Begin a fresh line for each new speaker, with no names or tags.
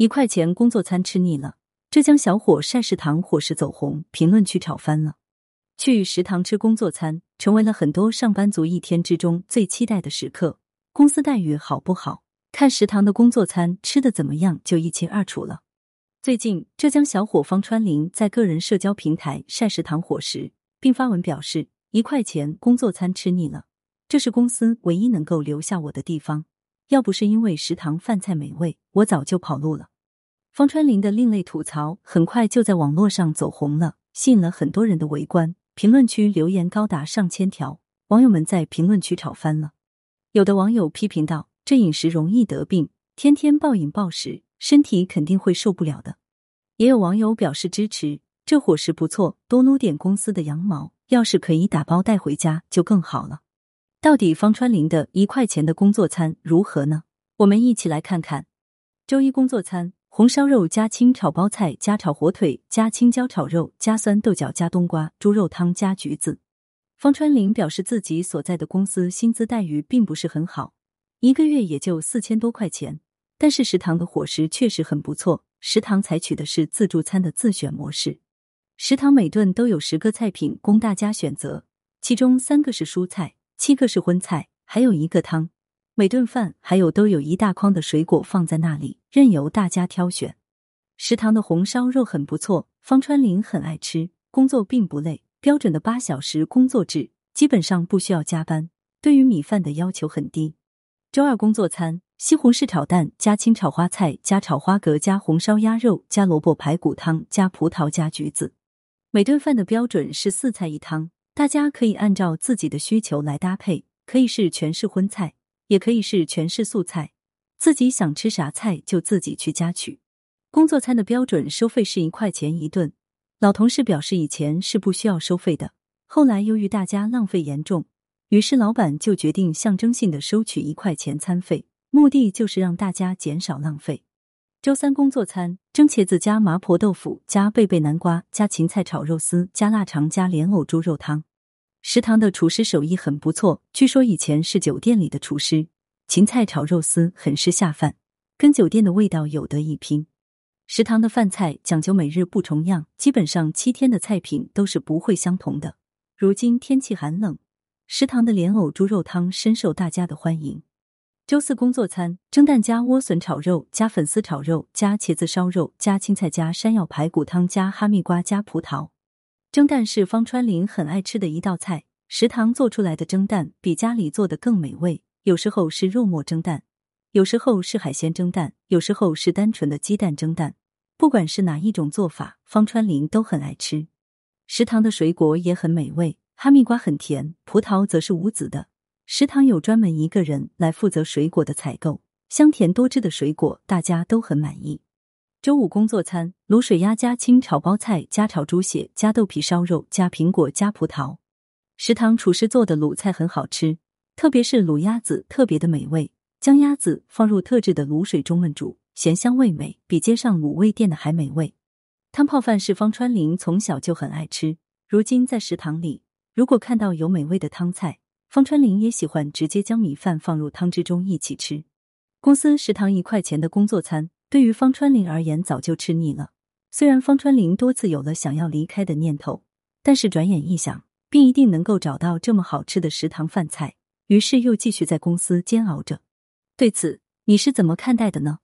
1块钱工作餐吃腻了，浙江小伙晒食堂伙食走红，评论区炒翻了。去食堂吃工作餐成为了很多上班族一天之中最期待的时刻。公司待遇好不好，看食堂的工作餐吃得怎么样就一清二楚了。最近，浙江小伙方川林在个人社交平台晒食堂伙食，并发文表示1块钱工作餐吃腻了，这是公司唯一能够留下我的地方，要不是因为食堂饭菜美味，我早就跑路了。方川林的另类吐槽很快就在网络上走红了，吸引了很多人的围观，评论区留言高达上千条，网友们在评论区吵翻了。有的网友批评道，这饮食容易得病，天天暴饮暴食，身体肯定会受不了的。也有网友表示支持，这伙食不错，多撸点公司的羊毛，要是可以打包带回家就更好了。到底方川林的1块钱的工作餐如何呢？我们一起来看看。周一工作餐，红烧肉加清炒包菜加炒火腿加青椒炒肉加酸豆角加冬瓜猪肉汤加橘子。方川林表示自己所在的公司薪资待遇并不是很好，一个月也就4000多块钱，但是食堂的伙食确实很不错。食堂采取的是自助餐的自选模式，食堂每顿都有10个菜品供大家选择，其中3个是蔬菜，7个是荤菜，还有1个汤。每顿饭还有都有一大筐的水果放在那里，任由大家挑选。食堂的红烧肉很不错，方川林很爱吃，工作并不累，标准的8小时工作制，基本上不需要加班，对于米饭的要求很低。周二工作餐，西红柿炒蛋加清炒花菜加炒花蛤加红烧鸭肉加萝卜排骨汤加葡萄加橘子。每顿饭的标准是4菜1汤，大家可以按照自己的需求来搭配，可以是全是荤菜，也可以是全是素菜，自己想吃啥菜就自己去加取。工作餐的标准收费是1块钱一顿，老同事表示以前是不需要收费的，后来由于大家浪费严重，于是老板就决定象征性的收取1块钱餐费，目的就是让大家减少浪费。周三工作餐，蒸茄子加麻婆豆腐加贝贝南瓜加芹菜炒肉丝加腊肠加莲藕猪肉汤。食堂的厨师手艺很不错，据说以前是酒店里的厨师，芹菜炒肉丝很是下饭，跟酒店的味道有得一拼。食堂的饭菜讲究每日不重样，基本上7天的菜品都是不会相同的。如今天气寒冷，食堂的莲藕猪肉汤深受大家的欢迎。周四工作餐，蒸蛋加莴笋炒肉加粉丝炒肉加茄子烧肉加青菜加山药排骨汤加哈密瓜加葡萄。蒸蛋是方川林很爱吃的一道菜，食堂做出来的蒸蛋比家里做的更美味，有时候是肉末蒸蛋，有时候是海鲜蒸蛋，有时候是单纯的鸡蛋蒸蛋，不管是哪一种做法，方川林都很爱吃。食堂的水果也很美味，哈密瓜很甜，葡萄则是无籽的。食堂有专门一个人来负责水果的采购，香甜多汁的水果大家都很满意。周五工作餐，卤水鸭加清炒包菜加炒猪血加豆皮烧肉加苹果加葡萄。食堂厨师做的卤菜很好吃，特别是卤鸭子特别的美味，将鸭子放入特制的卤水中焖煮，咸香味美，比街上卤味店的还美味。汤泡饭是方川林从小就很爱吃，如今在食堂里，如果看到有美味的汤菜，方川林也喜欢直接将米饭放入汤汁中一起吃。公司食堂1块钱的工作餐，对于方川林而言早就吃腻了。虽然方川林多次有了想要离开的念头，但是转眼一想，并一定能够找到这么好吃的食堂饭菜，于是又继续在公司煎熬着。对此，你是怎么看待的呢？